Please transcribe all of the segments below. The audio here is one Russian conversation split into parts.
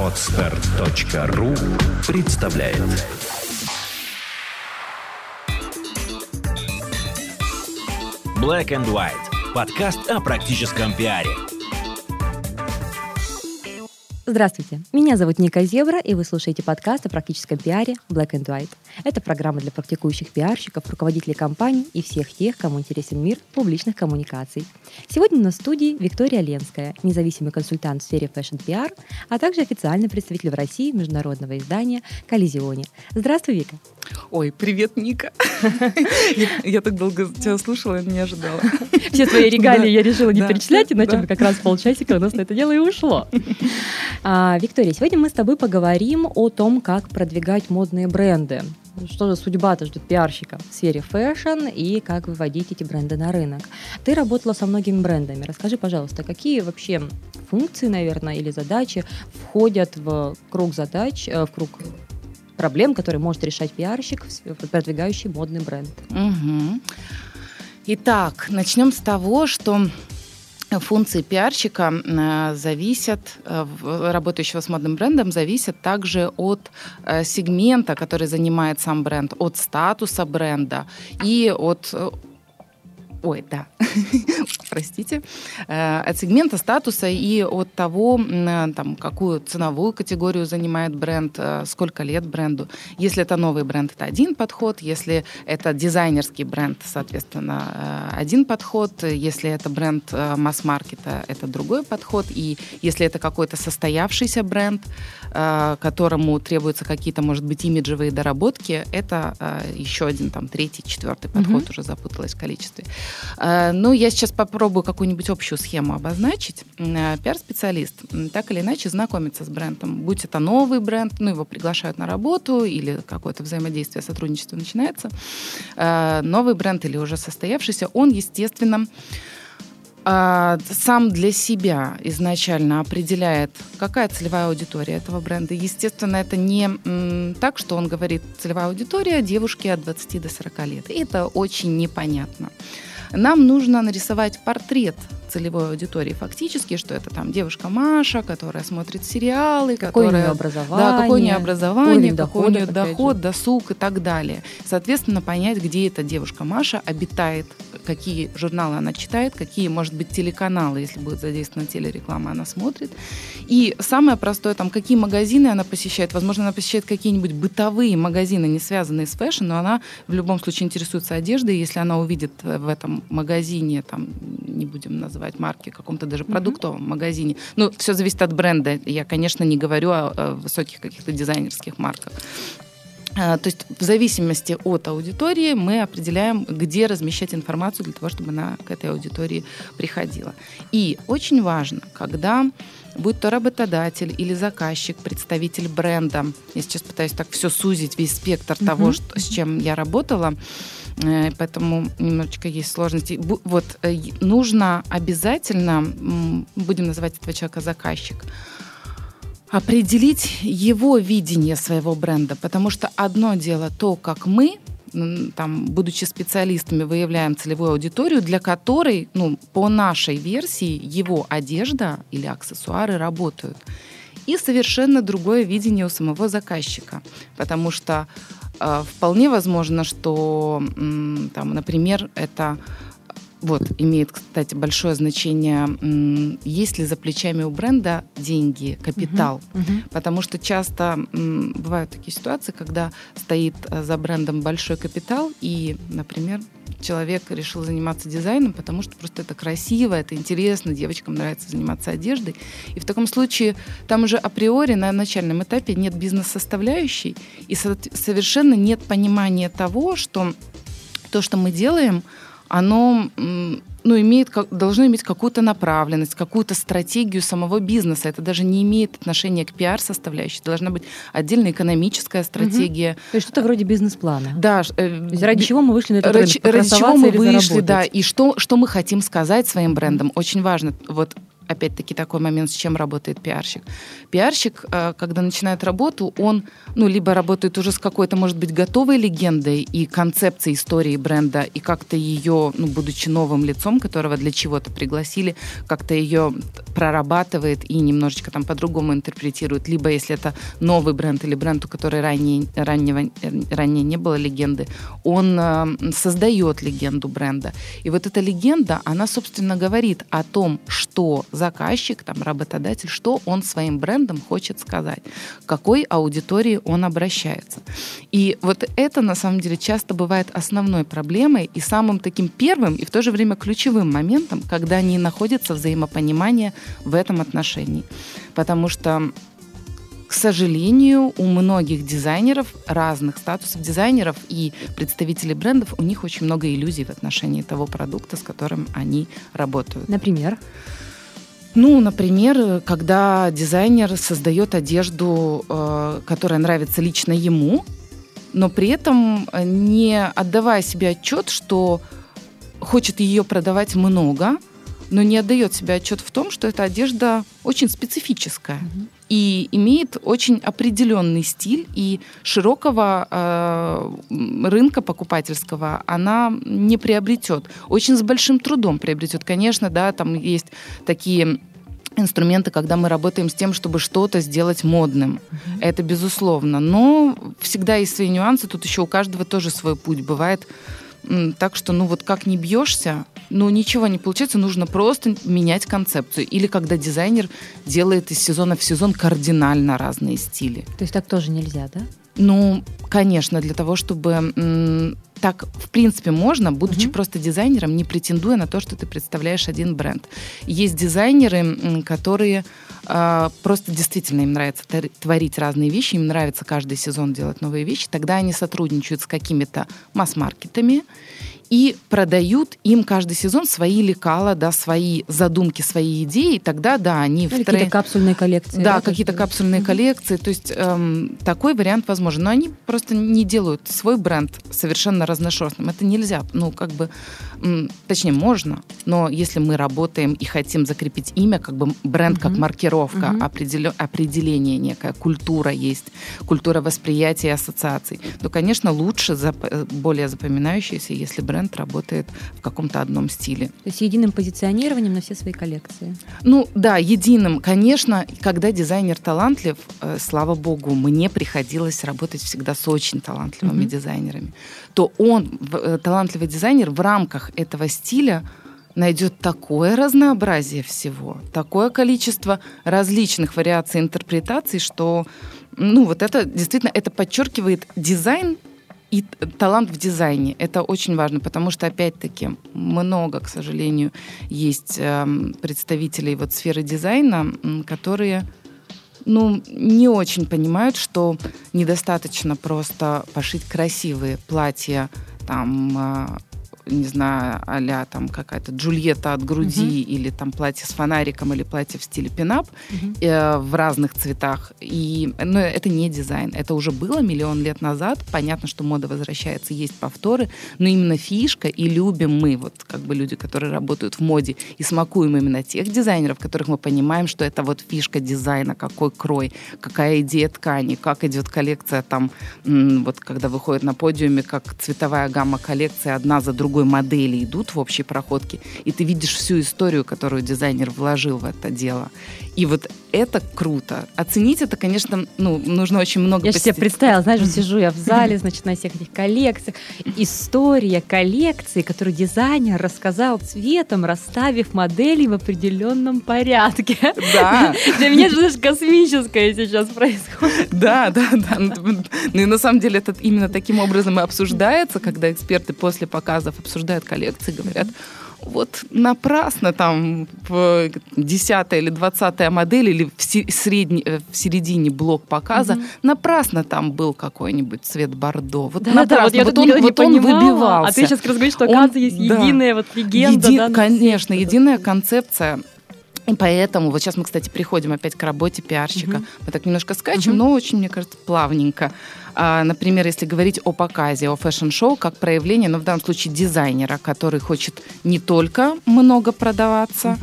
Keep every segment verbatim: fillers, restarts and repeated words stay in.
Подстер точка ру представляет. Black and White. Подкаст о практическом пиаре. Здравствуйте, меня зовут Ника Зебра, и вы слушаете подкаст о практическом пиаре Black and White. Это программа для практикующих пиарщиков, руководителей компаний и всех тех, кому интересен мир публичных коммуникаций. Сегодня на студии Виктория Ленская, независимый консультант в сфере фэшн-пиар, а также официальный представитель в России международного издания «Коллизионе». Здравствуй, Вика. Ой, привет, Ника. Я так долго тебя слушала, не ожидала. Все твои регалии я решила не перечислять, иначе как раз полчасика у нас на это дело и ушло. А, Виктория, сегодня мы с тобой поговорим о том, как продвигать модные бренды. Что же судьба-то ждет пиарщика в сфере фэшн и как выводить эти бренды на рынок. Ты работала со многими брендами. Расскажи, пожалуйста, какие вообще функции, наверное, или задачи входят в круг задач, в круг проблем, которые может решать пиарщик, продвигающий модный бренд? Угу. Итак, начнем с того, что функции пиарщика зависят, работающего с модным брендом, зависят также от сегмента, который занимает сам бренд, от статуса бренда и от... Ой, да, простите, от сегмента, статуса и от того, там, какую ценовую категорию занимает бренд, сколько лет бренду. Если это новый бренд, это один подход. Если это дизайнерский бренд, соответственно, один подход. Если это бренд масс-маркета, это другой подход. И если это какой-то состоявшийся бренд, которому требуются какие-то, может быть, имиджевые доработки, это еще один, там, третий, четвертый подход, mm-hmm. уже запуталась в количестве. Ну, я сейчас попробую какую-нибудь общую схему обозначить. Пиар-специалист так или иначе знакомится с брендом. Будь это новый бренд, ну, его приглашают на работу, или какое-то взаимодействие, сотрудничество начинается. Новый бренд или уже состоявшийся, он, естественно, сам для себя изначально определяет, какая целевая аудитория этого бренда. Естественно, это не м, так, что он говорит, целевая аудитория девушки от двадцати до сорока лет. И это очень непонятно. Нам нужно нарисовать портрет целевой аудитории фактически, что это там девушка Маша, которая смотрит сериалы, какое которая, у нее образование, да, какое у нее образование, какой дохода, у нее доход, досуг и так далее. Соответственно, понять, где эта девушка Маша обитает, какие журналы она читает, какие, может быть, телеканалы, если будет задействована телереклама, она смотрит. И самое простое, там, какие магазины она посещает. Возможно, она посещает какие-нибудь бытовые магазины, не связанные с фэшн, но она в любом случае интересуется одеждой. Если она увидит в этом магазине, там, не будем называть марки, в каком-то даже продуктовом mm-hmm. магазине. Ну, все зависит от бренда. Я, конечно, не говорю о, о высоких каких-то дизайнерских марках. То есть в зависимости от аудитории мы определяем, где размещать информацию для того, чтобы она к этой аудитории приходила. И очень важно, когда будь то работодатель или заказчик, представитель бренда, я сейчас пытаюсь так все сузить, весь спектр mm-hmm. того, что, с чем я работала, поэтому немножечко есть сложности. Вот нужно обязательно, будем называть этого человека заказчик, определить его видение своего бренда, потому что одно дело то, как мы, там, будучи специалистами, выявляем целевую аудиторию, для которой, ну, по нашей версии, его одежда или аксессуары работают. И совершенно другое видение у самого заказчика, потому что э, вполне возможно, что, э, там, например, это вот, имеет, кстати, большое значение, есть ли за плечами у бренда деньги, капитал. Uh-huh. Uh-huh. Потому что часто м, бывают такие ситуации, когда стоит за брендом большой капитал, и, например, человек решил заниматься дизайном, потому что просто это красиво, это интересно, девочкам нравится заниматься одеждой. И в таком случае там уже априори на начальном этапе нет бизнес-составляющей, и со- совершенно нет понимания того, что то, что мы делаем, оно, ну, имеет, должно иметь какую-то направленность, какую-то стратегию самого бизнеса. Это даже не имеет отношения к пиар-составляющей. Должна быть отдельная экономическая стратегия. Угу. То есть что-то вроде бизнес-плана. Да. То есть ради чего мы вышли на этот ради, рынок? Ради чего мы вышли, заработать? да. И что, что мы хотим сказать своим брендом. Очень важно. Вот опять-таки, такой момент, с чем работает пиарщик. Пиарщик, когда начинает работу, он, ну, либо работает уже с какой-то, может быть, готовой легендой и концепцией истории бренда, и как-то ее, ну, будучи новым лицом, которого для чего-то пригласили, как-то ее прорабатывает и немножечко там по-другому интерпретирует. Либо, если это новый бренд или бренд, у которого ранее, ранее, ранее не было легенды, он э, создает легенду бренда. И вот эта легенда, она, собственно, говорит о том, что заказчик, там, работодатель, что он своим брендом хочет сказать, к какой аудитории он обращается. И вот это, на самом деле, часто бывает основной проблемой и самым таким первым и в то же время ключевым моментом, когда не находится взаимопонимание в этом отношении. Потому что, к сожалению, у многих дизайнеров, разных статусов дизайнеров и представителей брендов, у них очень много иллюзий в отношении того продукта, с которым они работают. Например? Ну, например, когда дизайнер создает одежду, э, которая нравится лично ему, но при этом не отдавая себе отчет, что хочет ее продавать много, но не отдает себе отчет в том, что эта одежда очень специфическая mm-hmm. и имеет очень определенный стиль, и широкого э, рынка покупательского она не приобретет. Очень с большим трудом приобретет. Конечно, да, там есть такие инструменты, когда мы работаем с тем, чтобы что-то сделать модным. Mm-hmm. Это безусловно. Но всегда есть свои нюансы. Тут еще у каждого тоже свой путь. Бывает так, что ну вот как не бьешься, ну ничего не получается, нужно просто менять концепцию. Или когда дизайнер делает из сезона в сезон кардинально разные стили. То есть так тоже нельзя, да? Ну, конечно, для того, чтобы... М- так, в принципе, можно, будучи mm-hmm. просто дизайнером, не претендуя на то, что ты представляешь один бренд. Есть дизайнеры, которые э, просто действительно им нравится творить разные вещи, им нравится каждый сезон делать новые вещи, тогда они сотрудничают с какими-то масс-маркетами и продают им каждый сезон свои лекала, да, свои задумки, свои идеи. Тогда, да, они... Или в какие-то трен... капсульные коллекции. Да, да какие-то тоже... капсульные mm-hmm. коллекции. То есть эм, такой вариант возможен. Но они просто не делают свой бренд совершенно разношерстным. Это нельзя. Ну, как бы... М, точнее, можно, но если мы работаем и хотим закрепить имя, как бы бренд mm-hmm. как маркировка, mm-hmm. определё... определение некая, культура есть, культура восприятия и ассоциаций, то, конечно, лучше, зап... более запоминающийся, если бренд бренд работает в каком-то одном стиле. То есть единым позиционированием на все свои коллекции. Ну да, единым. Конечно, когда дизайнер талантлив, э, слава богу, мне приходилось работать всегда с очень талантливыми mm-hmm. дизайнерами, то он, э, талантливый дизайнер, в рамках этого стиля найдет такое разнообразие всего, такое количество различных вариаций интерпретаций, что ну, вот это действительно это подчеркивает дизайн и талант в дизайне. Это очень важно, потому что, опять-таки, много, к сожалению, есть э, представителей вот сферы дизайна, которые ну, не очень понимают, что недостаточно просто пошить красивые платья, там, э, не знаю, а-ля там какая-то Джульетта от груди uh-huh. или там платье с фонариком или платье в стиле пин-ап uh-huh. э, в разных цветах. И, ну, это не дизайн. Это уже было миллион лет назад. Понятно, что мода возвращается, есть повторы, но именно фишка, и любим мы, вот как бы люди, которые работают в моде, и смакуем именно тех дизайнеров, которых мы понимаем, что это вот фишка дизайна, какой крой, какая идея ткани, как идет коллекция там, м- вот когда выходит на подиуме, как цветовая гамма коллекции одна за другой модели идут в общей проходке, и ты видишь всю историю, которую дизайнер вложил в это дело. И вот это круто. Оценить это, конечно, ну, нужно очень много... Я же себе представила, знаешь, mm-hmm. сижу я в зале, значит, на всех этих коллекциях. История коллекции, которую дизайнер рассказал цветом, расставив модели в определенном порядке. Да. Для меня же, знаешь, космическое сейчас происходит. Да, да, да. Ну и на самом деле это именно таким образом и обсуждается, когда эксперты после показов обсуждают коллекции, говорят, вот напрасно там в десятая или двадцатая модель или в, средне, в середине блок показа, mm-hmm. напрасно там был какой-нибудь цвет бордо. Вот да, напрасно. Да, вот я вот тут он, не, вот не он выбивался. А ты сейчас говоришь, что, оказывается, есть да. единая вот легенда. Еди... Да, Конечно, единая концепция. И поэтому, вот сейчас мы, кстати, приходим опять к работе пиарщика. Uh-huh. Мы так немножко скачем, uh-huh. но очень, мне кажется, плавненько. А, например, если говорить о показе, о фэшн-шоу, как проявление, но в данном случае дизайнера, который хочет не только много продаваться, uh-huh.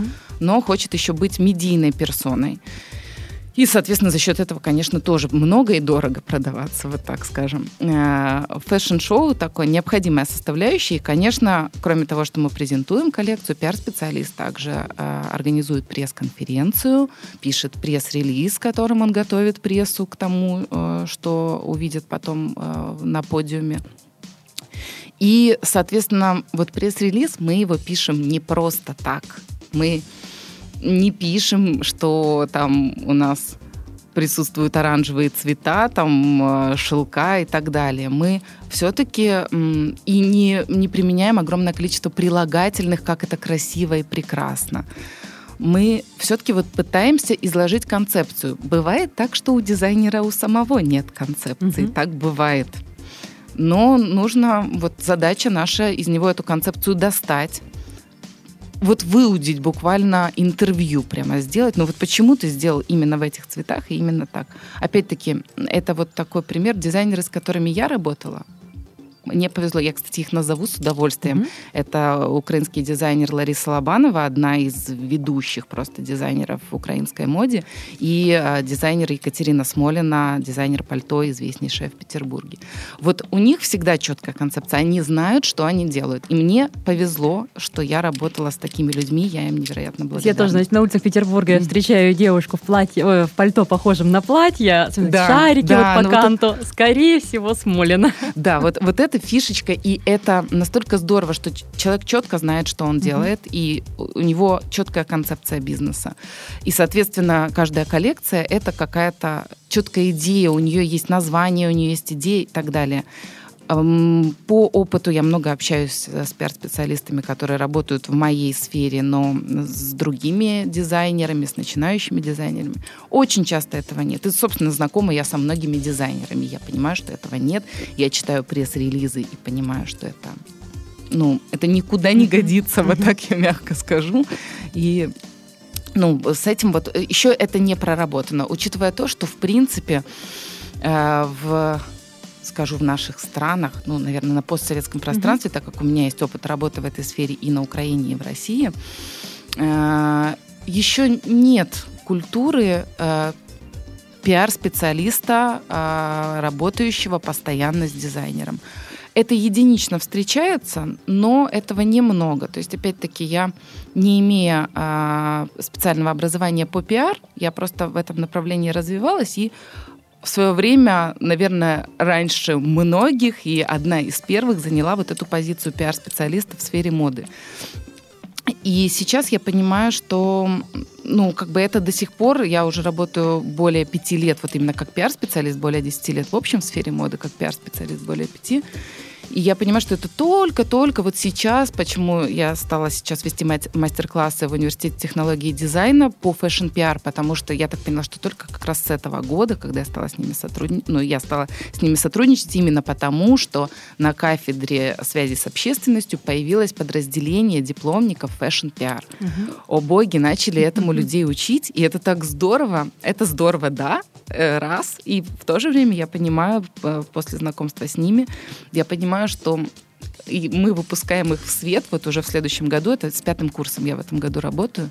но хочет еще быть медийной персоной. И, соответственно, за счет этого, конечно, тоже много и дорого продаваться, вот так скажем. Фэшн-шоу такой необходимая составляющая. И, конечно, кроме того, что мы презентуем коллекцию, пиар-специалист также организует пресс-конференцию, пишет пресс-релиз, которым он готовит прессу к тому, что увидят потом на подиуме. И, соответственно, вот пресс-релиз, мы его пишем не просто так. Мы не пишем, что там у нас присутствуют оранжевые цвета, там шелка и так далее. Мы все-таки м, и не, не применяем огромное количество прилагательных, как это красиво и прекрасно. Мы все-таки вот пытаемся изложить концепцию. Бывает так, что у дизайнера у самого нет концепции. Mm-hmm. Так бывает. Но нужно, вот задача наша из него эту концепцию достать. Вот выудить буквально интервью прямо сделать. Но вот почему ты сделал именно в этих цветах и именно так? Опять-таки, это вот такой пример. Дизайнеры, с которыми я работала, мне повезло. Я, кстати, их назову с удовольствием. Mm-hmm. Это украинский дизайнер Лариса Лобанова, одна из ведущих просто дизайнеров в украинской моде, и э, дизайнер Екатерина Смолина, дизайнер пальто, известнейшая в Петербурге. Вот у них всегда четкая концепция. Они знают, что они делают. И мне повезло, что я работала с такими людьми. Я им невероятно благодарна. Я тоже, значит, на улицах Петербурга mm-hmm. встречаю девушку в платье, ой, в пальто, похожем на платье, да, шарики да, вот по канту. Вот это... Скорее всего, Смолина. Да, вот, вот это фишечка, и это настолько здорово, что человек четко знает, что он делает, mm-hmm. и у него четкая концепция бизнеса. И, соответственно, каждая коллекция — это какая-то четкая идея, у нее есть название, у нее есть идея и так далее. По опыту я много общаюсь с пиар-специалистами, которые работают в моей сфере, но с другими дизайнерами, с начинающими дизайнерами. Очень часто этого нет. И, собственно, знакома я со многими дизайнерами. Я понимаю, что этого нет. Я читаю пресс-релизы и понимаю, что это, ну, это никуда не годится, вот так я мягко скажу. И ну, с этим вот еще это не проработано. Учитывая то, что, в принципе, в... скажу, в наших странах, ну, наверное, на постсоветском пространстве, mm-hmm. так как у меня есть опыт работы в этой сфере и на Украине, и в России, э, еще нет культуры э, пиар-специалиста, э, работающего постоянно с дизайнером. Это единично встречается, но этого немного. То есть, опять-таки, я, не имея э, специального образования по пиар, я просто в этом направлении развивалась и в свое время, наверное, раньше многих и одна из первых заняла вот эту позицию пиар-специалиста в сфере моды. И сейчас я понимаю, что ну, как бы это до сих пор, я уже работаю более пяти лет, вот именно как пиар-специалист, более десяти лет в общем в сфере моды, как пиар-специалист более пяти. И я понимаю, что это только-только вот сейчас, почему я стала сейчас вести мастер-классы в Университете технологии и дизайна по фэшн-пиар, потому что я так поняла, что только как раз с этого года, когда я стала с ними сотрудничать, ну, я стала с ними сотрудничать именно потому, что на кафедре связи с общественностью появилось подразделение дипломников фэшн-пиар. Угу. О боги, начали этому угу. людей учить, и это так здорово. Это здорово, да, раз. И в то же время я понимаю, после знакомства с ними, я понимаю, что и мы выпускаем их в свет вот уже в следующем году. Это с пятым курсом я в этом году работаю.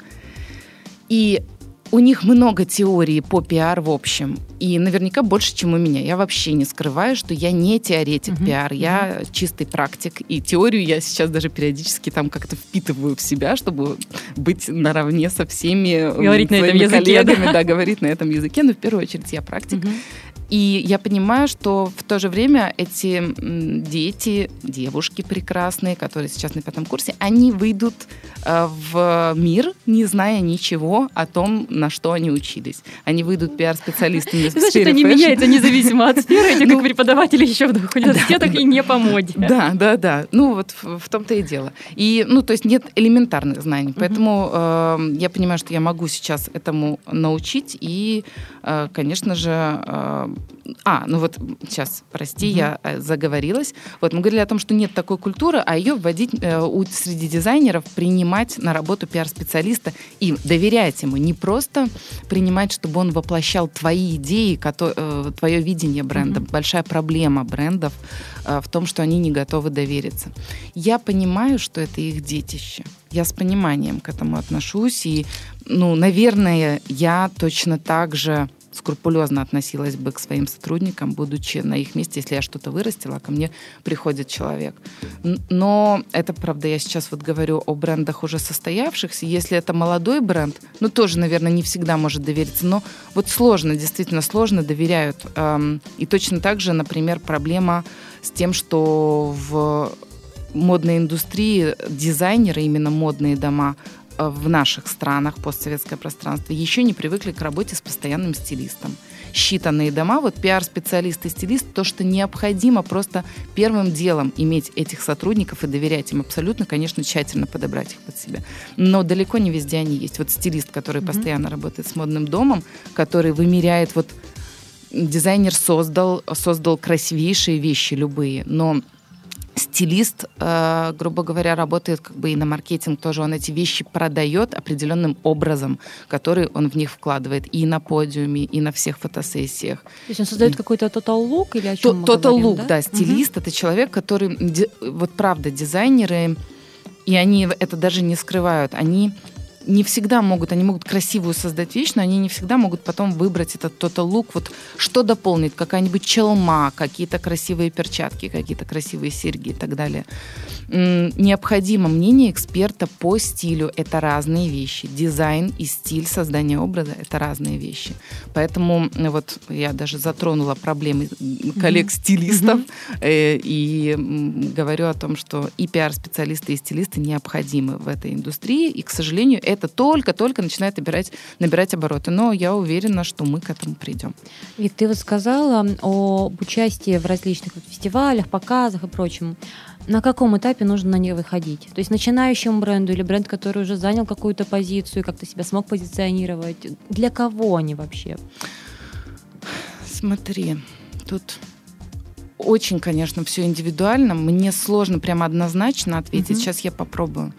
И у них много теории по пиар в общем. И наверняка больше, чем у меня. Я вообще не скрываю, что я не теоретик uh-huh. пиар. Я uh-huh. чистый практик. И теорию я сейчас даже периодически там как-то впитываю в себя, чтобы быть наравне со всеми говорить своими на этом языке, коллегами. Да? Да, говорить на этом языке. Но в первую очередь я практик. Uh-huh. И я понимаю, что в то же время эти дети, девушки прекрасные, которые сейчас на пятом курсе, они выйдут э, в мир, не зная ничего о том, на что они учились. Они выйдут пиар-специалистами в сфере Значит, они фэшн. меняются независимо от сферы, эти как преподаватели еще в двух университетах и не по моде. Да, да, да. Ну вот в том-то и дело. И, ну, то есть нет элементарных знаний. Поэтому э, я понимаю, что я могу сейчас этому научить и, э, конечно же, э, А, ну вот сейчас, прости, угу. я заговорилась. Вот мы говорили о том, что нет такой культуры, а ее вводить э, среди дизайнеров, принимать на работу пиар-специалиста и доверять ему. Не просто принимать, чтобы он воплощал твои идеи, кото- э, твое видение бренда. Угу. Большая проблема брендов э, в том, что они не готовы довериться. Я понимаю, что это их детище. Я с пониманием к этому отношусь. И, ну, наверное, я точно так же скрупулезно относилась бы к своим сотрудникам, будучи на их месте, если я что-то вырастила, ко мне приходит человек. Но это, правда, я сейчас вот говорю о брендах уже состоявшихся. Если это молодой бренд, ну, тоже, наверное, не всегда может довериться, но вот сложно, действительно сложно доверяют. И точно так же, например, проблема с тем, что в модной индустрии дизайнеры, именно модные дома, в наших странах, постсоветское пространство, еще не привыкли к работе с постоянным стилистом. Считанные дома, вот пиар-специалист и стилист, то, что необходимо просто первым делом иметь этих сотрудников и доверять им абсолютно, конечно, тщательно подобрать их под себя. Но далеко не везде они есть. Вот стилист, который mm-hmm. постоянно работает с модным домом, который вымеряет, вот дизайнер создал, создал красивейшие вещи любые, но стилист, э, грубо говоря, работает как бы и на маркетинг тоже. Он эти вещи продает определенным образом, который он в них вкладывает и на подиуме, и на всех фотосессиях. То есть он создает и... какой-то total look или о чем мы total говорим, look, да? да. Стилист угу. — это человек, который... Вот правда, дизайнеры, и они это даже не скрывают, они не всегда могут, они могут красивую создать вещь, но они не всегда могут потом выбрать этот total look, вот что дополнит, какая-нибудь челма, какие-то красивые перчатки, какие-то красивые серьги и так далее. Необходимо мнение эксперта по стилю. Это разные вещи. Дизайн и стиль создания образа — это разные вещи. Поэтому вот я даже затронула проблемы коллег-стилистов mm-hmm. и говорю о том, что и пиар-специалисты, и стилисты необходимы в этой индустрии, и, к сожалению, это только-только начинает набирать, набирать обороты. Но я уверена, что мы к этому придем. Вик, ты вот сказала об участии в различных фестивалях, показах и прочем. На каком этапе нужно на нее выходить? То есть начинающему бренду или бренд, который уже занял какую-то позицию, как-то себя смог позиционировать? Для кого они вообще? Смотри, тут очень, конечно, все индивидуально. Мне сложно прямо однозначно ответить. Uh-huh. Сейчас я попробую.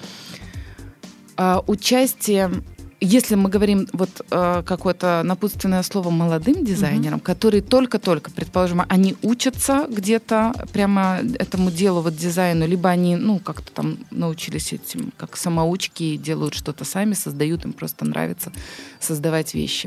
А, участие... Если мы говорим вот э, какое-то напутственное слово молодым дизайнерам, mm-hmm. которые только-только, предположим, они учатся где-то прямо этому делу, вот дизайну, либо они, ну, как-то там научились этим, как самоучки, делают что-то сами, создают, им просто нравится создавать вещи.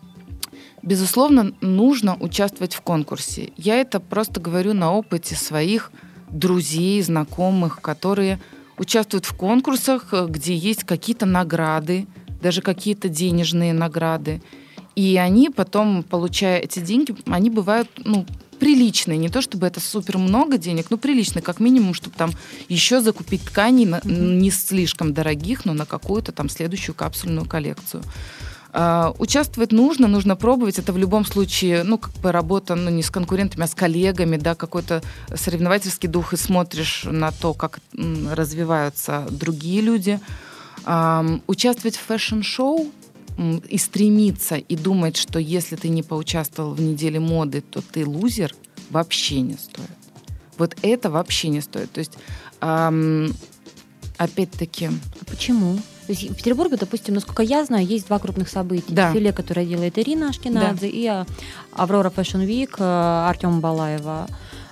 Безусловно, нужно участвовать в конкурсе. Я это просто говорю на опыте своих друзей, знакомых, которые участвуют в конкурсах, где есть какие-то награды, даже какие-то денежные награды. И они потом, получая эти деньги, они бывают, ну, приличные. Не то чтобы это супер много денег, но приличные, как минимум, чтобы там еще закупить тканей mm-hmm. не слишком дорогих, но на какую-то там следующую капсульную коллекцию. Uh, участвовать нужно, нужно пробовать. Это в любом случае, ну, как бы работа, ну, не с конкурентами, а с коллегами, да, какой-то соревновательский дух, и смотришь на то, как м, развиваются другие люди. Uh, участвовать в фэшн-шоу м, и стремиться, и думать, что если ты не поучаствовал в неделе моды, то ты лузер, вообще не стоит. Вот это вообще не стоит. То есть, um, опять-таки... Почему? То есть в Петербурге, допустим, насколько я знаю, есть два крупных события. Да. Дефиле, которое делает Ирина Ашкенадзе, да. и Аврора Fashion Week Артема Балаева.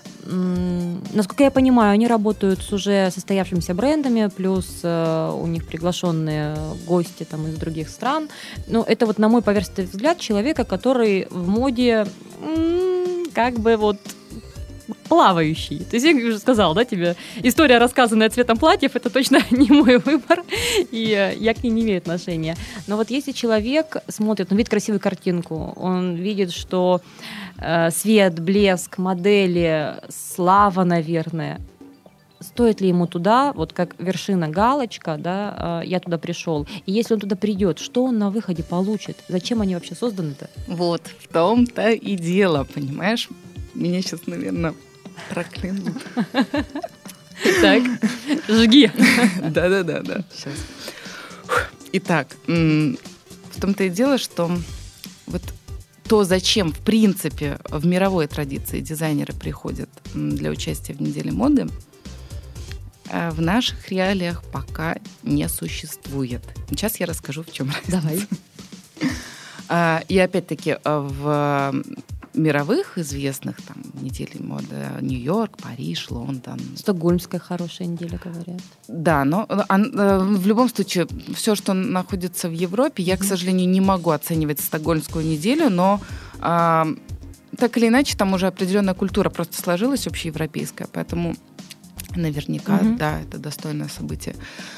Насколько я понимаю, они работают с уже состоявшимися брендами, плюс у них приглашенные гости там, из других стран. Ну, это вот, на мой поверхностный взгляд, человека, который в моде как бы вот плавающий. То есть я уже сказала, да, тебе, история, рассказанная цветом платьев, это точно не мой выбор, и я к ней не имею отношения. Но вот если человек смотрит, он видит красивую картинку, он видит, что э, свет, блеск, модели, слава, наверное, стоит ли ему туда, вот как вершина, галочка, да, э, я туда пришел. И если он туда придет, что он на выходе получит? Зачем они вообще созданы-то? Вот, в том-то и дело, понимаешь? Меня сейчас, наверное, проклянут. Так, жги. Да-да-да, сейчас. Итак, в том-то и дело, что вот то, зачем, в принципе, в мировой традиции дизайнеры приходят для участия в неделе моды, в наших реалиях пока не существует. Сейчас я расскажу, в чем разница. Давай. И опять-таки в мировых известных там неделей моды Нью-Йорк, Париж, Лондон. Стокгольмская хорошая неделя, говорят. Да, но в любом случае все, что находится в Европе, я, к сожалению, не могу оценивать стокгольмскую неделю, но а, так или иначе там уже определенная культура просто сложилась общеевропейская, поэтому наверняка, mm-hmm. да, это достойное событие.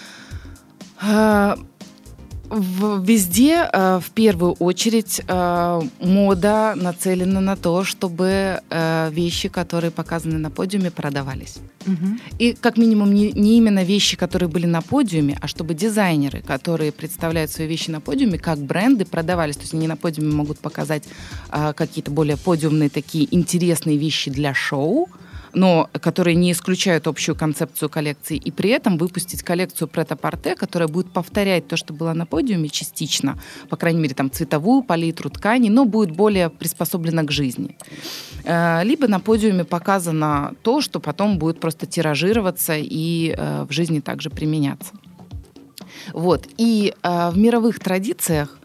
А, В, везде, э, в первую очередь, э, мода нацелена на то, чтобы э, вещи, которые показаны на подиуме, продавались. Угу. И как минимум не, не именно вещи, которые были на подиуме, а чтобы дизайнеры, которые представляют свои вещи на подиуме, как бренды, продавались. То есть они на подиуме могут показать э, какие-то более подиумные такие интересные вещи для шоу, но которые не исключают общую концепцию коллекции, и при этом выпустить коллекцию прет-а-порте, которая будет повторять то, что было на подиуме частично, по крайней мере, там, цветовую палитру ткани, но будет более приспособлена к жизни. Либо на подиуме показано то, что потом будет просто тиражироваться и в жизни также применяться. Вот. И в мировых традициях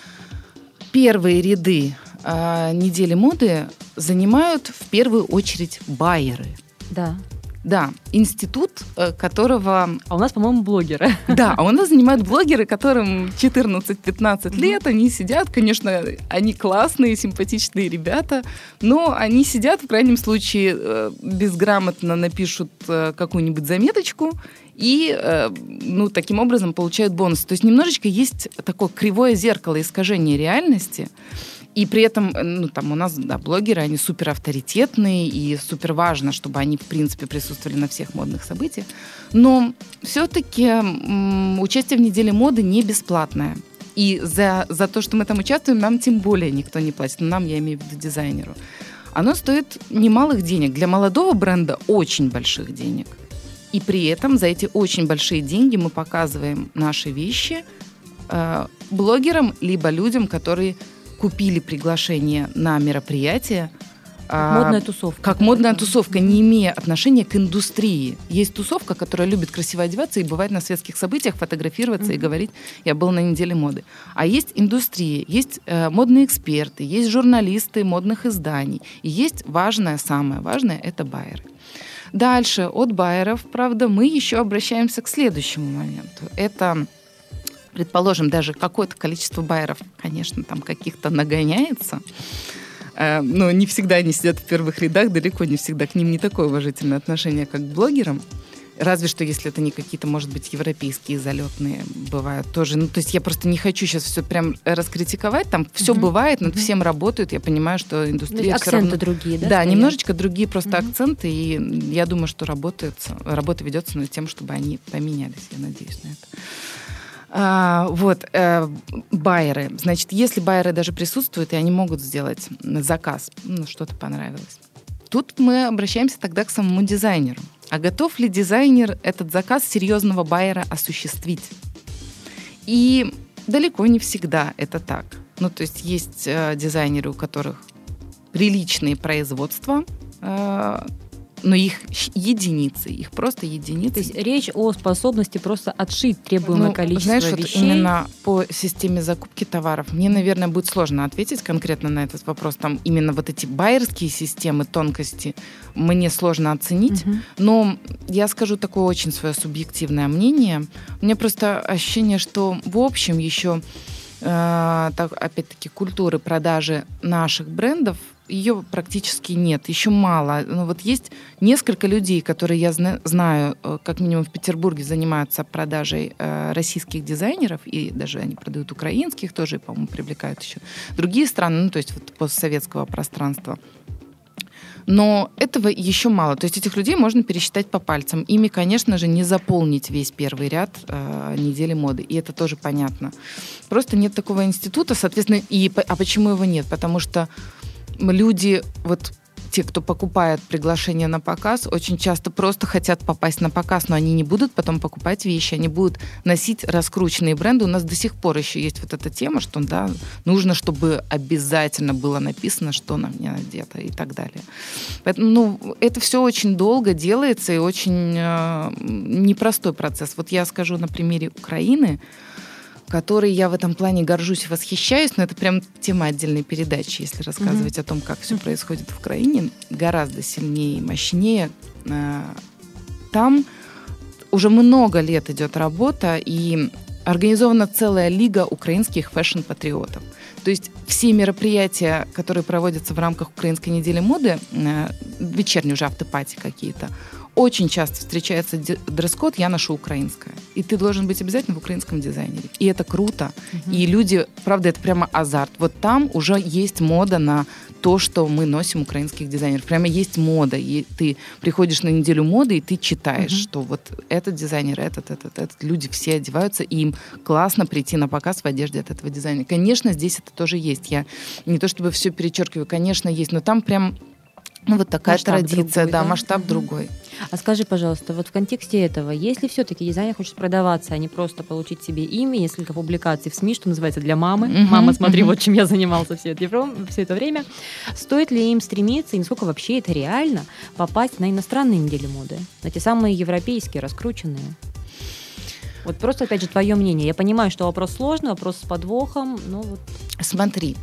первые ряды недели моды занимают в первую очередь байеры. Да. Да, институт, которого... А у нас, по-моему, блогеры. Да, а у нас занимают блогеры, которым четырнадцать-пятнадцать mm-hmm. лет, они сидят, конечно, они классные, симпатичные ребята, но они сидят, в крайнем случае, безграмотно напишут какую-нибудь заметочку и, ну, таким образом получают бонус. То есть немножечко есть такое кривое зеркало искажения реальности. И при этом, ну, там у нас, да, блогеры, они супер авторитетные, и супер важно, чтобы они, в принципе, присутствовали на всех модных событиях. Но все-таки м- участие в неделе моды не бесплатное. И за, за то, что мы там участвуем, нам тем более никто не платит. Ну, нам, я имею в виду дизайнеру. Оно стоит немалых денег. Для молодого бренда очень больших денег. И при этом за эти очень большие деньги мы показываем наши вещи э, блогерам, либо людям, которые купили приглашение на мероприятие. Как модная тусовка. Как модная тусовка, не имея отношения к индустрии. Есть тусовка, которая любит красиво одеваться и бывает на светских событиях, фотографироваться mm-hmm. и говорить: я был на неделе моды. А есть индустрия, есть э, модные эксперты, есть журналисты модных изданий. И есть важное, самое важное — это байеры. Дальше от байеров, правда, мы еще обращаемся к следующему моменту. Это... Предположим, даже какое-то количество байеров, конечно, там каких-то нагоняется, но не всегда они сидят в первых рядах, далеко не всегда к ним не такое уважительное отношение, как к блогерам. Разве что, если это не какие-то, может быть, европейские залетные бывают тоже. Ну, то есть я просто не хочу сейчас все прям раскритиковать. Там все uh-huh. бывает, над uh-huh. всем работают. Я понимаю, что индустрия акценты все равно... другие, да? Да, стоят? немножечко другие просто uh-huh. акценты. И я думаю, что работается, работа ведется над тем, чтобы они поменялись. Я надеюсь на это. А, вот, э, байеры. Значит, если байеры даже присутствуют, и они могут сделать заказ, ну, что-то понравилось. Тут мы обращаемся тогда к самому дизайнеру. А готов ли дизайнер этот заказ серьезного байера осуществить? И далеко не всегда это так. Ну, то есть есть э, дизайнеры, у которых приличные производства, э, но их единицы, их просто единицы. То есть речь о способности просто отшить требуемое ну, количество знаешь, вещей. Вот именно по системе закупки товаров мне, наверное, будет сложно ответить конкретно на этот вопрос. Там именно вот эти байерские системы, тонкости мне сложно оценить. Угу. Но я скажу такое очень свое субъективное мнение. У меня просто ощущение, что в общем еще, э, так, опять-таки, культуры продажи наших брендов ее практически нет, еще мало. Но вот есть несколько людей, которые я зна- знаю, как минимум в Петербурге занимаются продажей э, российских дизайнеров, и даже они продают украинских, тоже, по-моему, привлекают еще другие страны, ну, то есть вот постсоветского пространства. Но этого еще мало. То есть этих людей можно пересчитать по пальцам. Ими, конечно же, не заполнить весь первый ряд э, недели моды. И это тоже понятно. Просто нет такого института, соответственно, и, а почему его нет? Потому что люди, вот те, кто покупает приглашение на показ, очень часто просто хотят попасть на показ, но они не будут потом покупать вещи, они будут носить раскрученные бренды. У нас до сих пор еще есть вот эта тема, что да, нужно, чтобы обязательно было написано, что на мне надето и так далее. Поэтому ну, это все очень долго делается и очень э, непростой процесс. Вот я скажу на примере Украины, которой я в этом плане горжусь и восхищаюсь, но это прям тема отдельной передачи, если рассказывать mm-hmm. о том, как все происходит в Украине, гораздо сильнее и мощнее. Там уже много лет идет работа, и организована целая лига украинских фэшн-патриотов. То есть все мероприятия, которые проводятся в рамках Украинской недели моды, вечерние уже автопати какие-то, очень часто встречается дресс-код «Я ношу украинское». И ты должен быть обязательно в украинском дизайнере. И это круто. Uh-huh. И люди, правда, это прямо азарт. Вот там уже есть мода на то, что мы носим украинских дизайнеров. Прямо есть мода. И ты приходишь на неделю моды, и ты читаешь, uh-huh. что вот этот дизайнер, этот, этот, этот. Люди все одеваются, и им классно прийти на показ в одежде от этого дизайнера. Конечно, здесь это тоже есть. Я не то чтобы все перечеркиваю, конечно, есть, но там прям ну, вот такая масштаб традиция, другой, да, да, масштаб угу. другой. А скажи, пожалуйста, вот в контексте этого, если все-таки дизайнер хочет продаваться, а не просто получить себе имя, несколько публикаций в СМИ, что называется, для мамы, угу, мама, смотри, угу. вот чем я занимался все это, все это время, стоит ли им стремиться, и насколько вообще это реально, попасть на иностранные недели моды, на те самые европейские, раскрученные? Вот просто, опять же, твое мнение. Я понимаю, что вопрос сложный, вопрос с подвохом, но вот... Смотри,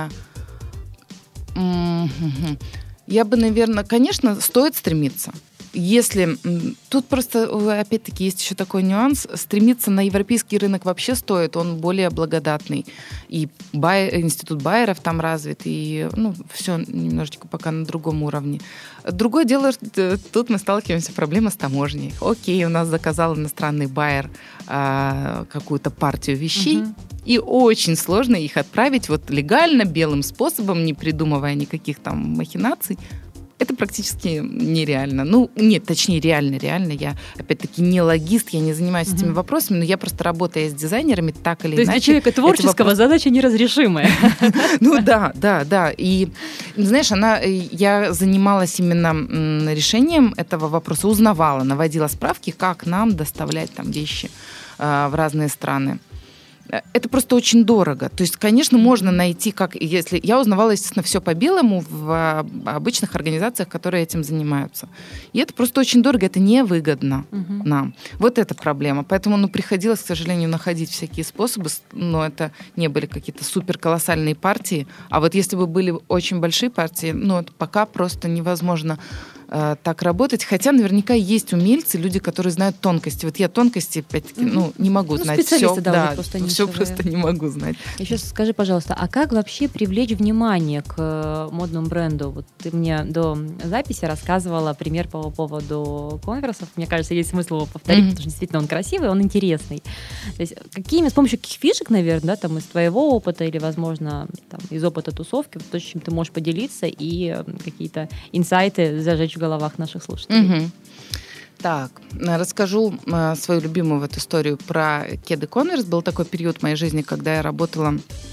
я бы, наверное, конечно, стоит стремиться. Если... Тут просто, опять-таки, есть еще такой нюанс. Стремиться на европейский рынок вообще стоит, он более благодатный. И Бай... институт Байеров там развит, и ну, все немножечко пока на другом уровне. Другое дело, тут мы сталкиваемся с проблемой с таможней. Окей, у нас заказал иностранный байер а, какую-то партию вещей, угу. и очень сложно их отправить вот легально, белым способом, не придумывая никаких там махинаций. Это практически нереально. Ну, нет, точнее, реально, реально. Я, опять-таки, не логист, я не занимаюсь uh-huh. этими вопросами, но я просто, работая с дизайнерами, так или То иначе... То есть для человека творческого вопрос... задача неразрешимая. Ну да, да, да. И, знаешь, она, я занималась именно решением этого вопроса, узнавала, наводила справки, как нам доставлять там вещи в разные страны. Это просто очень дорого. То есть, конечно, можно найти, как если... Я узнавала, естественно, все по-белому в обычных организациях, которые этим занимаются. И это просто очень дорого, это невыгодно угу. нам. Вот эта проблема. Поэтому ну, приходилось, к сожалению, находить всякие способы, но это не были какие-то суперколоссальные партии. А вот если бы были очень большие партии, ну, это пока просто невозможно так работать, хотя наверняка есть умельцы, люди, которые знают тонкости. Вот я тонкости, опять-таки, mm-hmm. ну, не могу ну, знать все. Да, да, просто все просто не могу знать. Еще скажи, пожалуйста, а как вообще привлечь внимание к модному бренду? Вот ты мне до записи рассказывала пример по поводу конверсов. Мне кажется, есть смысл его повторить, mm-hmm. потому что действительно он красивый, он интересный. То есть какими, с помощью каких фишек, наверное, да, там из твоего опыта или, возможно, там, из опыта тусовки, то, чем ты можешь поделиться и какие-то инсайты зажечь в головах наших слушателей. Угу. Так, расскажу э, свою любимую вот историю про кеды Converse. Был такой период в моей жизни, когда я работала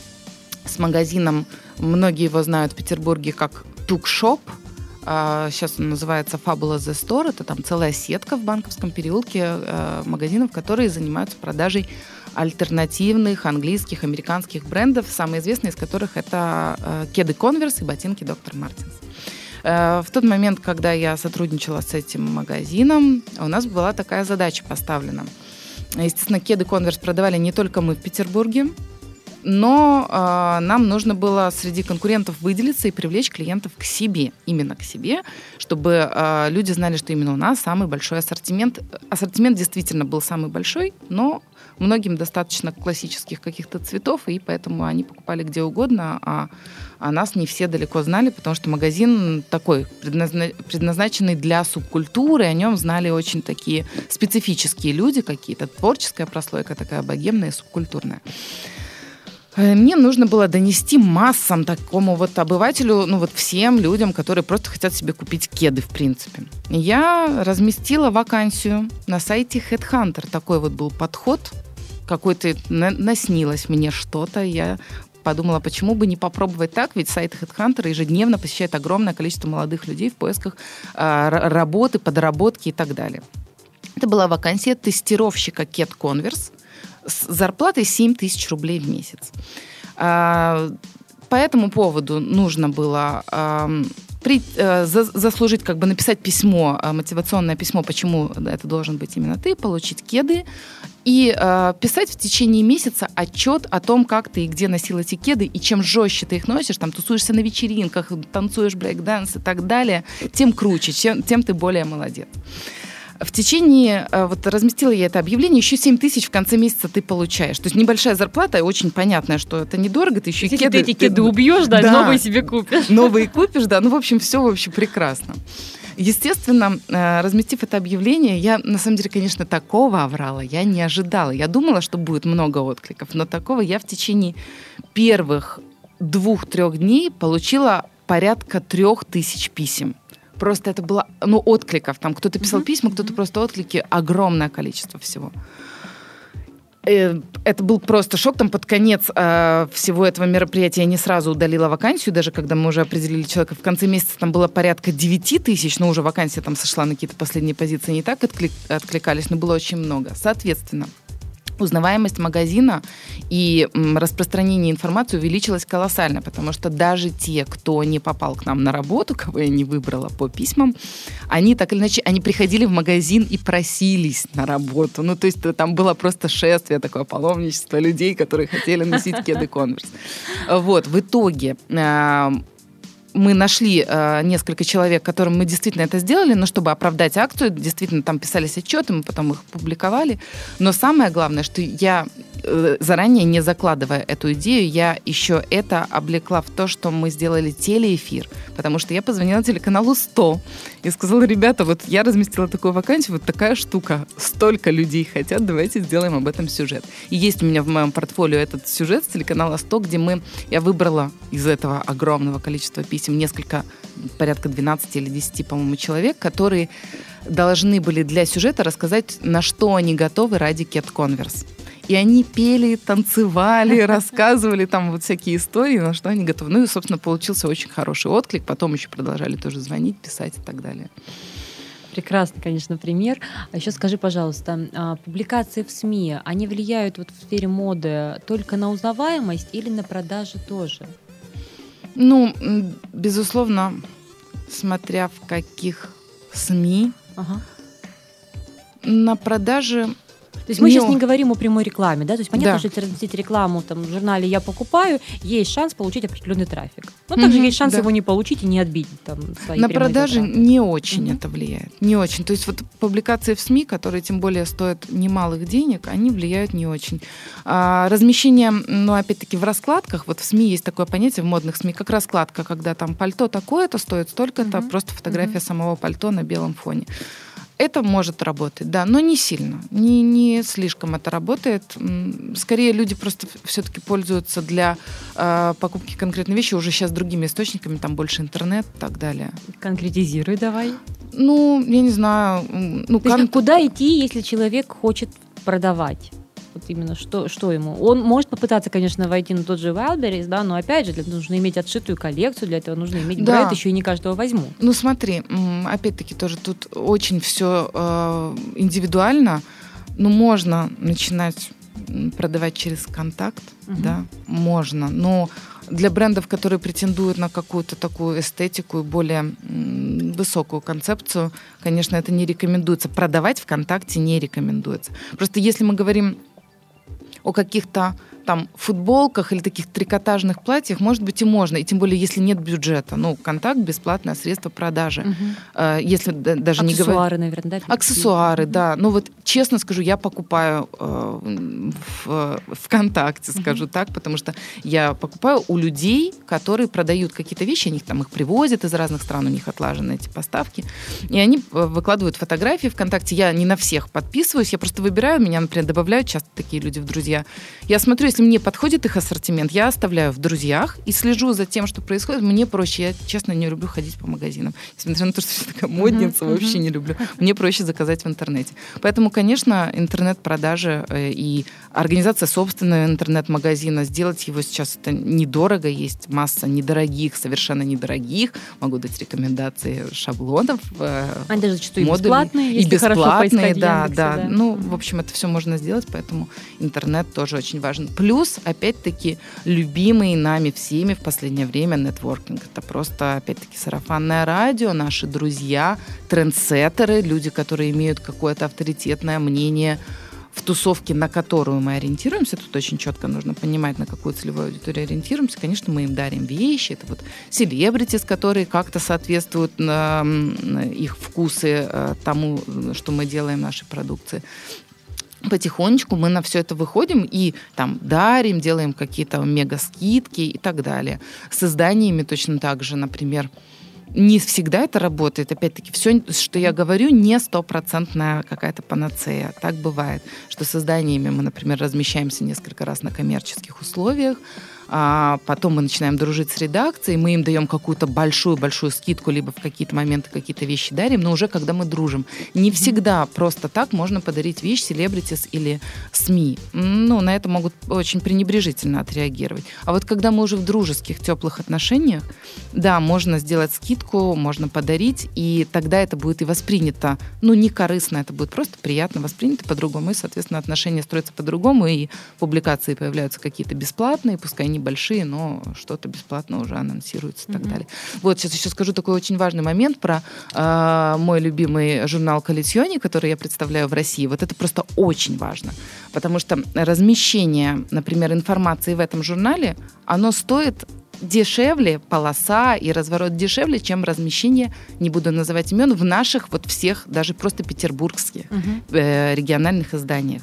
с магазином, многие его знают в Петербурге как Тукшоп. Э, сейчас он называется Fabula The Store. Это там целая сетка в Банковском переулке э, магазинов, которые занимаются продажей альтернативных английских, американских брендов, самые известные из которых это э, кеды Converse и ботинки доктор Мартинс. В тот момент, когда я сотрудничала с этим магазином, у нас была такая задача поставлена. Естественно, кеды Converse продавали не только мы в Петербурге, но э, нам нужно было среди конкурентов выделиться и привлечь клиентов к себе, именно к себе, чтобы э, люди знали, что именно у нас самый большой ассортимент. Ассортимент действительно был самый большой, но многим достаточно классических каких-то цветов, и поэтому они покупали где угодно, а, а нас не все далеко знали, потому что магазин такой, предназна... предназначенный для субкультуры, о нем знали очень такие специфические люди какие-то, творческая прослойка такая богемная, субкультурная. Мне нужно было донести массам, такому вот обывателю, ну вот всем людям, которые просто хотят себе купить кеды, в принципе. Я разместила вакансию на сайте HeadHunter. Такой вот был подход. Какой-то наснилось мне что-то. Я подумала, почему бы не попробовать так, ведь сайт HeadHunter ежедневно посещает огромное количество молодых людей в поисках э, работы, подработки и так далее. Это была вакансия тестировщика Cat Converse с зарплатой семь тысяч рублей в месяц. Э, по этому поводу нужно было... Э, При, э, за, заслужить, как бы написать письмо, э, мотивационное письмо, почему это должен быть именно ты, получить кеды и э, писать в течение месяца отчет о том, как ты и где носил эти кеды, и чем жестче ты их носишь, там тусуешься на вечеринках, танцуешь брейк-данс и так далее, тем круче, чем, тем ты более молодец. В течение, вот разместила я это объявление, еще семь тысяч в конце месяца ты получаешь. То есть небольшая зарплата, очень понятно, что это недорого, ты еще и кеды... Ты эти кеды убьешь, да, да, новые себе купишь. Новые купишь, да, ну, в общем, все, в общем, прекрасно. Естественно, разместив это объявление, я, на самом деле, конечно, такого аврала я не ожидала. Я думала, что будет много откликов, но такого я в течение первых двух-трех дней получила порядка трех тысяч писем. Просто это было, ну, откликов. Там кто-то писал mm-hmm. письма, кто-то mm-hmm. просто отклики. Огромное количество всего. Это был просто шок. Там под конец э, всего этого мероприятия я не сразу удалила вакансию, даже когда мы уже определили человека. В конце месяца там было порядка девять тысяч, но уже вакансия там сошла на какие-то последние позиции. Не так отклик, откликались, но было очень много. Соответственно, узнаваемость магазина и м, распространение информации увеличилось колоссально, потому что даже те, кто не попал к нам на работу, кого я не выбрала по письмам, они так или иначе, они приходили в магазин и просились на работу. Ну, то есть там было просто шествие, такое паломничество людей, которые хотели носить кеды Converse. Вот, в итоге... Э, мы нашли э, несколько человек, которым мы действительно это сделали, но чтобы оправдать акцию, действительно там писались отчеты, мы потом их публиковали. Но самое главное, что я э, заранее, не закладывая эту идею, я еще это облекла в то, что мы сделали телеэфир, потому что я позвонила телеканалу сто и сказала: ребята, вот я разместила такую вакансию, вот такая штука, столько людей хотят, давайте сделаем об этом сюжет. И есть у меня в моем портфолио этот сюжет с телеканала сто, где мы, я выбрала из этого огромного количества писем несколько, порядка двенадцати или десяти, по-моему, человек, которые должны были для сюжета рассказать, на что они готовы ради Cat Converse. И они пели, танцевали, рассказывали там вот всякие истории, на что они готовы. Ну и, собственно, получился очень хороший отклик. Потом еще продолжали тоже звонить, писать и так далее. Прекрасный, конечно, пример. А еще скажи, пожалуйста, публикации в СМИ, они влияют вот в сфере моды только на узнаваемость или на продажи тоже? Ну, безусловно, смотря в каких СМИ, ага. на продаже... То есть мы сейчас не говорим о прямой рекламе, да? То есть понятно, да. что если разместить рекламу там, в журнале «Я покупаю», есть шанс получить определенный трафик. Но также mm-hmm, есть шанс да. его не получить и не отбить там, свои на продаже затраты. Не очень mm-hmm. это влияет. Не очень. То есть вот публикации в СМИ, которые тем более стоят немалых денег, они влияют не очень. А, размещение, ну, опять-таки, в раскладках, вот в СМИ есть такое понятие, в модных СМИ, как раскладка, когда там пальто такое-то стоит столько-то, mm-hmm. просто фотография mm-hmm. самого пальто на белом фоне. Это может работать, да, но не сильно, не, не слишком это работает. Скорее люди просто все-таки пользуются для э, покупки конкретной вещи уже сейчас другими источниками, там больше интернет и так далее. Конкретизируй давай. Ну, я не знаю. Ну, То кон... есть, куда идти, если человек хочет продавать? Вот именно что, что ему? Он может попытаться, конечно, войти на тот же Wildberries, да, но опять же, для этого нужно иметь отшитую коллекцию, для этого нужно иметь да. бренд, еще и не каждого возьмут. Ну смотри, опять-таки тоже тут очень все э, индивидуально, но можно начинать продавать через контакт, угу. да, можно, но для брендов, которые претендуют на какую-то такую эстетику и более высокую концепцию, конечно, это не рекомендуется. Продавать ВКонтакте не рекомендуется. Просто если мы говорим о каких-то там футболках или таких трикотажных платьях, может быть, и можно, и тем более, если нет бюджета. Ну, контакт — бесплатное средство продажи. Угу. Если даже Аксессуары, не говорить... наверное, да? Аксессуары, угу. да. Ну вот, честно скажу, я покупаю э, в ВКонтакте, скажу угу. так, потому что я покупаю у людей, которые продают какие-то вещи, они там их привозят из разных стран, у них отлажены эти поставки, и они выкладывают фотографии ВКонтакте. Я не на всех подписываюсь, я просто выбираю, меня, например, добавляют часто такие люди в друзья. Я смотрю, если мне подходит их ассортимент, я оставляю в друзьях и слежу за тем, что происходит. Мне проще. Я, честно, не люблю ходить по магазинам. Несмотря на то, что я такая модница, uh-huh, вообще uh-huh. не люблю. Мне проще заказать в интернете. Поэтому, конечно, интернет-продажи и организация собственного интернет-магазина, сделать его сейчас это недорого, есть масса недорогих, совершенно недорогих, могу дать рекомендации шаблонов. Они даже зачастую модулей, бесплатные, если и бесплатные, да, Яндексе, да, да. ну, в общем, это все можно сделать, поэтому интернет тоже очень важен. Плюс, опять-таки, любимый нами всеми в последнее время нетворкинг. Это просто, опять-таки, сарафанное радио, наши друзья, трендсеттеры, люди, которые имеют какое-то авторитетное мнение в тусовке, на которую мы ориентируемся. Тут очень четко нужно понимать, на какую целевую аудиторию ориентируемся. Конечно, мы им дарим вещи. Это вот селебритис, которые как-то соответствуют э, их вкусы э, тому, что мы делаем в нашей продукции. Потихонечку мы на все это выходим и там дарим, делаем какие-то мега-скидки и так далее. С изданиями точно так же, например, не всегда это работает. Опять-таки, все, что я говорю, не стопроцентная какая-то панацея. Так бывает, что с изданиями мы, например, размещаемся несколько раз на коммерческих условиях, а потом мы начинаем дружить с редакцией, мы им даем какую-то большую-большую скидку, либо в какие-то моменты какие-то вещи дарим, но уже когда мы дружим. Не всегда просто так можно подарить вещь селебритис или СМИ. Ну, на это могут очень пренебрежительно отреагировать. А вот когда мы уже в дружеских, теплых отношениях, да, можно сделать скидку, можно подарить, и тогда это будет и воспринято, ну, не корыстно, это будет просто приятно воспринято по-другому, и, соответственно, отношения строятся по-другому, и публикации появляются какие-то бесплатные, пускай небольшие, но что-то бесплатно уже анонсируется и так mm-hmm. далее. Вот, сейчас еще скажу такой очень важный момент про э, мой любимый журнал «Коллекциони», который я представляю в России. Вот это просто очень важно, потому что размещение, например, информации в этом журнале, оно стоит дешевле, полоса и разворот дешевле, чем размещение, не буду называть имен, в наших вот всех, даже просто петербургских mm-hmm. э, региональных изданиях.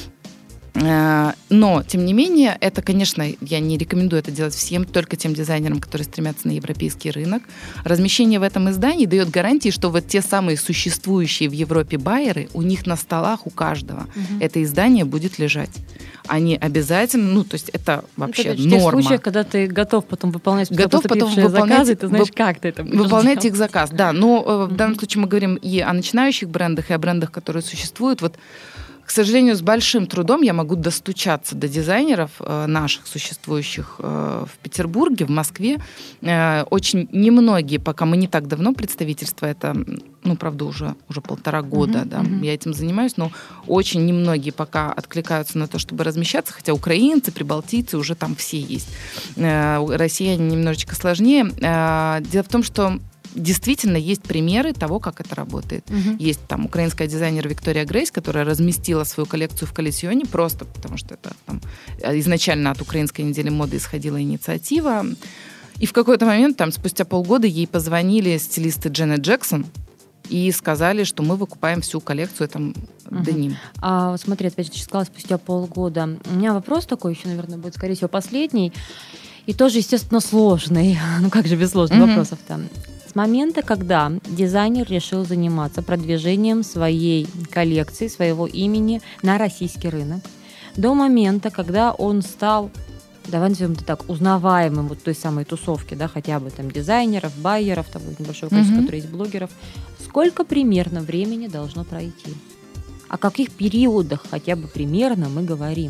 Но, тем не менее, это, конечно, я не рекомендую это делать всем, только тем дизайнерам, которые стремятся на европейский рынок. Размещение в этом издании дает гарантии, что вот те самые существующие в Европе байеры, у них на столах у каждого угу. это издание будет лежать. Они обязательно, ну, то есть это вообще это, норма. В тех случаях, когда ты готов потом выполнять готов потом выполнять, заказы, ты знаешь, как ты это будешь выполнять делать. их заказ, да. Но mm-hmm. в данном случае мы говорим и о начинающих брендах, и о брендах, которые существуют. Вот, к сожалению, с большим трудом я могу достучаться до дизайнеров э, наших, существующих э, в Петербурге, в Москве. Э, очень немногие, пока мы не так давно представительство, это, ну, правда, уже, уже полтора года, uh-huh, да, uh-huh. я этим занимаюсь, но очень немногие пока откликаются на то, чтобы размещаться, хотя украинцы, прибалтийцы уже там все есть. Э, россияне немножечко сложнее. Э, дело в том, что действительно есть примеры того, как это работает. Uh-huh. Есть там украинская дизайнер Виктория Грейс, которая разместила свою коллекцию в Коллекционе просто потому, что это там, изначально от Украинской недели моды исходила инициатива. И в какой-то момент, там, спустя полгода, ей позвонили стилисты Дженнет Джексон и сказали, что мы выкупаем всю коллекцию там uh-huh. деним. А, смотри, опять же, ты сказала, спустя полгода. У меня вопрос такой еще, наверное, будет, скорее всего, последний. И тоже, естественно, сложный. Ну как же без сложных uh-huh. вопросов-то? С момента, когда дизайнер решил заниматься продвижением своей коллекции, своего имени на российский рынок, до момента, когда он стал, давай назовем это так, узнаваемым вот той самой тусовки, да, хотя бы там дизайнеров, байеров, там небольшое количество, mm-hmm. которые есть блогеров, сколько примерно времени должно пройти? О каких периодах хотя бы примерно мы говорим?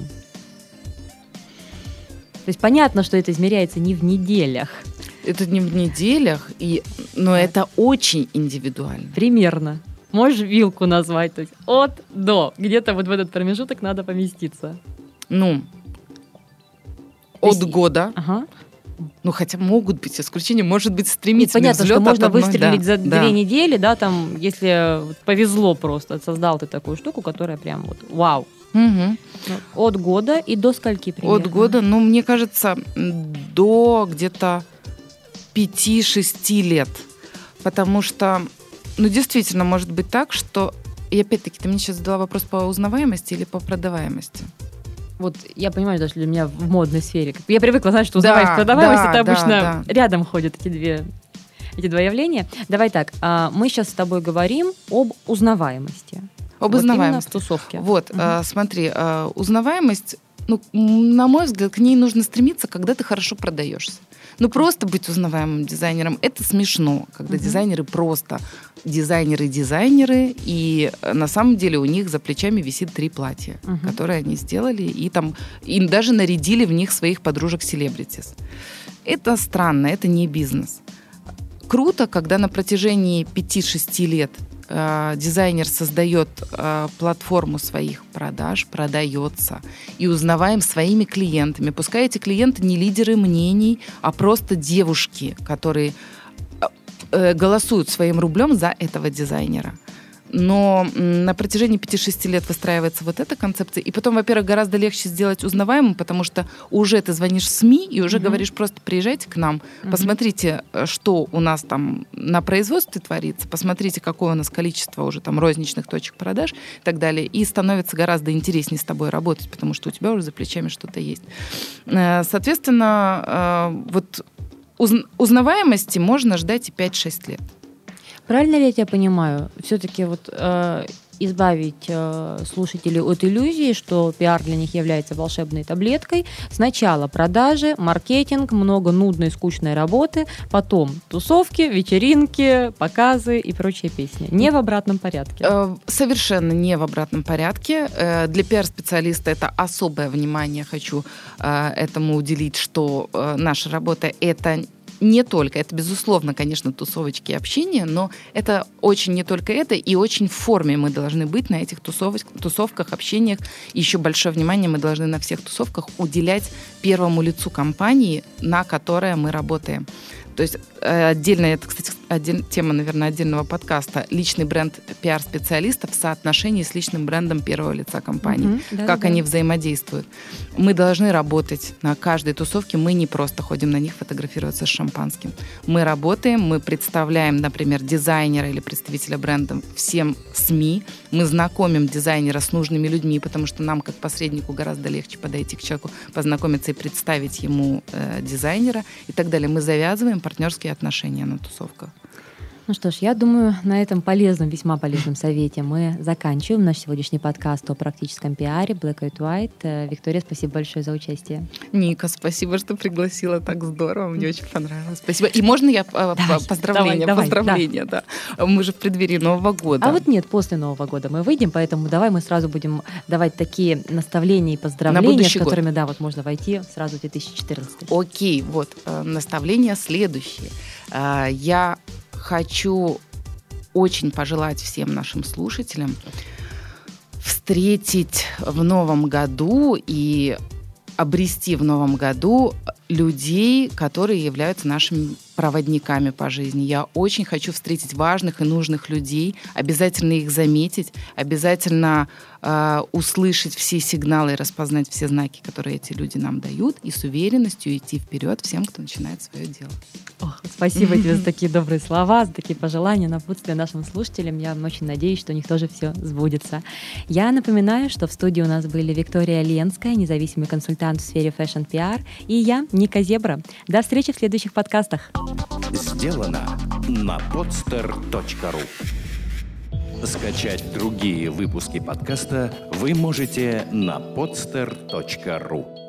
То есть понятно, что это измеряется не в неделях. Это не в неделях, и, но да. это очень индивидуально. Примерно. Можешь вилку назвать? То есть от до. Где-то вот в этот промежуток надо поместиться. Ну, то от есть... года. Ага. Ну, хотя могут быть исключения, может быть, стремительный Понятно, взлет что можно одной, выстрелить да, за да. две недели, да, там, если повезло просто, создал ты такую штуку, которая прям вот вау. Угу. От года и до скольки примерно? От года, ну, мне кажется, до где-то пяти-шести лет. Потому что, ну, действительно, может быть так, что... И опять-таки, ты мне сейчас задала вопрос по узнаваемости или по продаваемости? Вот я понимаю, даже для меня в модной сфере. Я привыкла знать, что узнаваемость и да, продаваемость да, это да, обычно да. рядом ходят эти две, эти два явления. Давай так, мы сейчас с тобой говорим об узнаваемости. Об вот узнаваемости. В тусовке. Вот, угу. э, смотри, э, узнаваемость ну, на мой взгляд, к ней нужно стремиться, когда ты хорошо продаешься. Ну, просто быть узнаваемым дизайнером — это смешно, когда uh-huh. дизайнеры просто дизайнеры-дизайнеры, и на самом деле у них за плечами висит три платья, uh-huh. которые они сделали, и там им даже нарядили в них своих подружек-селебритис. Это странно, это не бизнес. Круто, когда на протяжении пяти-шести лет э, дизайнер создает э, платформу своих продаж, продается, и узнаваем своими клиентами. Пускай эти клиенты не лидеры мнений, а просто девушки, которые э, голосуют своим рублем за этого дизайнера. Но на протяжении пяти-шести лет выстраивается вот эта концепция. И потом, во-первых, гораздо легче сделать узнаваемым, потому что уже ты звонишь в СМИ и уже uh-huh. говоришь, просто приезжайте к нам, uh-huh. посмотрите, что у нас там на производстве творится, посмотрите, какое у нас количество уже там розничных точек продаж и так далее. И становится гораздо интереснее с тобой работать, потому что у тебя уже за плечами что-то есть. Соответственно, вот узнаваемости можно ждать и пять-шесть лет. Правильно ли я тебя понимаю? Все-таки вот э, избавить э, слушателей от иллюзии, что пиар для них является волшебной таблеткой. Сначала продажи, маркетинг, много нудной, скучной работы, потом тусовки, вечеринки, показы и прочие песни. Не в обратном порядке. Совершенно не в обратном порядке. Для пиар-специалиста это особое внимание. Хочу этому уделить, что наша работа — это не только, это, безусловно, конечно, тусовочки и общение, но это очень не только это, и очень в форме мы должны быть на этих тусовок, тусовках, общениях. И еще большое внимание мы должны на всех тусовках уделять первому лицу компании, на которой мы работаем. То есть отдельная, это, кстати, отдель, тема, наверное, отдельного подкаста, личный бренд пиар-специалиста в соотношении с личным брендом первого лица компании, mm-hmm, да, как да. они взаимодействуют. Мы должны работать на каждой тусовке, мы не просто ходим на них фотографироваться с шампанским. Мы работаем, мы представляем, например, дизайнера или представителя бренда всем СМИ, мы знакомим дизайнера с нужными людьми, потому что нам, как посреднику, гораздо легче подойти к человеку, познакомиться и представить ему э, дизайнера и так далее. Мы завязываем партнерские отношения на тусовках. Ну что ж, я думаю, на этом полезном, весьма полезном совете мы заканчиваем наш сегодняшний подкаст о практическом пиаре Black and White. Виктория, спасибо большое за участие. Ника, спасибо, что пригласила, так здорово, мне очень понравилось. Спасибо. И можно я давай, поздравления? Давай, поздравления, давай, да. Мы же в преддверии Нового года. А вот нет, после Нового года мы выйдем, поэтому давай мы сразу будем давать такие наставления и поздравления, с которыми, год. да, вот можно войти сразу в две тысячи четырнадцатый. Окей, вот, наставления следующие. Я хочу очень пожелать всем нашим слушателям встретить в новом году и обрести в новом году людей, которые являются нашими проводниками по жизни. Я очень хочу встретить важных и нужных людей, обязательно их заметить, обязательно э, услышать все сигналы и распознать все знаки, которые эти люди нам дают, и с уверенностью идти вперед всем, кто начинает свое дело. Ох, спасибо тебе за такие добрые слова, за такие пожелания, напутствия нашим слушателям. Я очень надеюсь, что у них тоже все сбудется. Я напоминаю, что в студии у нас были Виктория Ленская, независимый консультант в сфере фэшн-пиар, и я, Ника Зебра. До встречи в следующих подкастах. Сделано на podster точка ру. Скачать другие выпуски подкаста вы можете на podster точка ру.